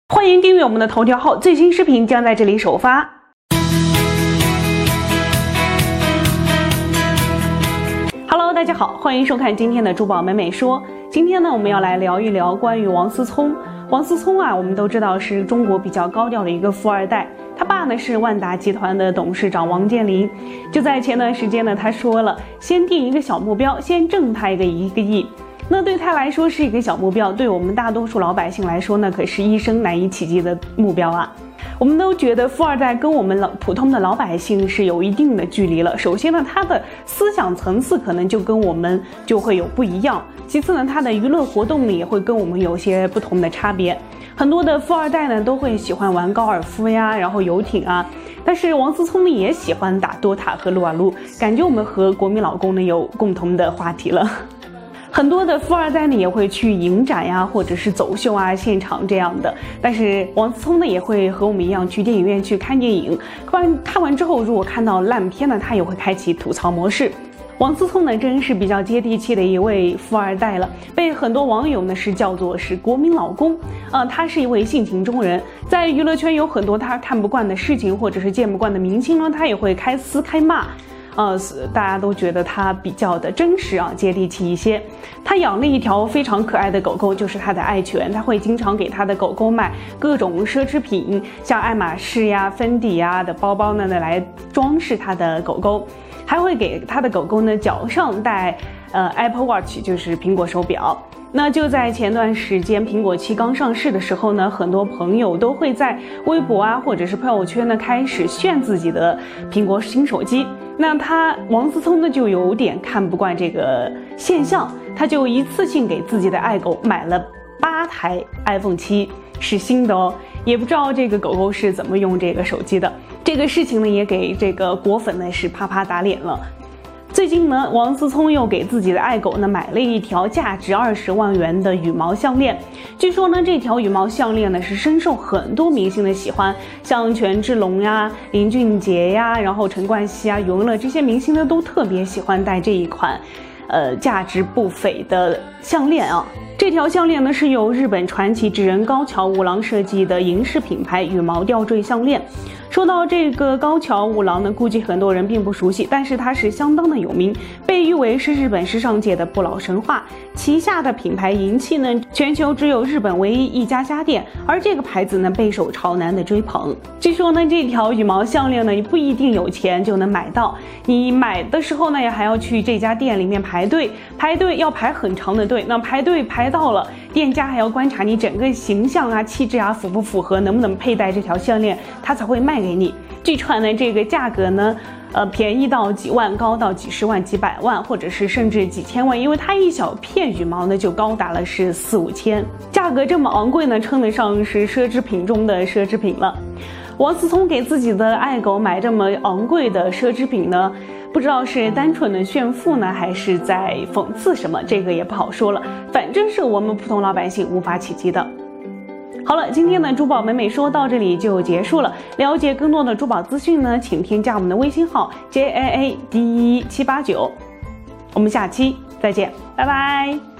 欢迎订阅我们的头条号，最新视频将在这里首发。Hello， 大家好，欢迎收看今天的珠宝美美说。今天呢，我们要来聊一聊关于王思聪。王思聪啊，我们都知道是中国比较高调的一个富二代。他爸呢是万达集团的董事长王健林。就在前段时间呢，他说了，先定一个小目标，先挣他一个亿。那对他来说是一个小目标，对我们大多数老百姓来说呢，可是一生难以企及的目标啊。我们都觉得富二代跟我们普通的老百姓是有一定的距离了。首先呢，他的思想层次可能就跟我们就会有不一样。其次呢，他的娱乐活动也会跟我们有些不同的差别。很多的富二代呢都会喜欢玩高尔夫呀，然后游艇啊。但是王思聪呢也喜欢打多塔和撸啊撸，感觉我们和国民老公呢有共同的话题了。很多的富二代呢也会去影展呀，或者是走秀啊、现场这样的。但是王思聪呢也会和我们一样去电影院去看电影，看完之后，如果看到烂片呢，他也会开启吐槽模式。王思聪呢真是比较接地气的一位富二代了，被很多网友呢是叫做是国民老公。他是一位性情中人，在娱乐圈有很多他看不惯的事情，或者是见不惯的明星呢，他也会开撕开骂。大家都觉得他比较的真实啊，接地气一些。他养了一条非常可爱的狗狗，就是他的爱犬。他会经常给他的狗狗买各种奢侈品，像爱马仕呀、芬迪呀的包包呢来装饰他的狗狗，还会给他的狗狗呢脚上戴Apple Watch， 就是苹果手表。那就在前段时间，苹果7刚上市的时候呢，很多朋友都会在微博啊，或者是朋友圈呢开始炫自己的苹果新手机。那王思聪呢就有点看不惯这个现象，他就一次性给自己的爱狗买了8台 iPhone 7，是新的哦。也不知道这个狗狗是怎么用这个手机的。这个事情呢也给这个果粉呢是啪啪打脸了。最近呢，王思聪又给自己的爱狗呢买了一条价值20万元的羽毛项链。据说呢，这条羽毛项链呢是深受很多明星的喜欢，像权志龙呀、林俊杰呀，然后陈冠希啊、余文乐这些明星呢都特别喜欢戴这一款，价值不菲的项链啊。这条项链呢是由日本传奇职人高桥五郎设计的银饰品牌羽毛吊坠项链。说到这个高桥五郎呢，估计很多人并不熟悉，但是他是相当的有名，被誉为是日本时尚界的不老神话。旗下的品牌银器呢，全球只有日本唯一一家店，而这个牌子呢备受潮男的追捧。据说呢，这条羽毛项链呢，你不一定有钱就能买到，你买的时候呢，还要去这家店里面排队要排很长的队。那排队排到了，店家还要观察你整个形象啊、气质啊符不符合，能不能佩戴这条项链，他才会卖给你。据传呢，这个价格呢，便宜到几万，高到几十万、几百万，或者是甚至几千万，因为它一小片羽毛呢就高达了是4、5千，价格这么昂贵呢，称得上是奢侈品中的奢侈品了。王思聪给自己的爱狗买这么昂贵的奢侈品呢，不知道是单纯的炫富呢，还是在讽刺什么，这个也不好说了。反正是我们普通老百姓无法企及的。好了，今天的珠宝美美说到这里就结束了。了解更多的珠宝资讯呢，请添加我们的微信号 JAAD11789。我们下期再见，拜拜。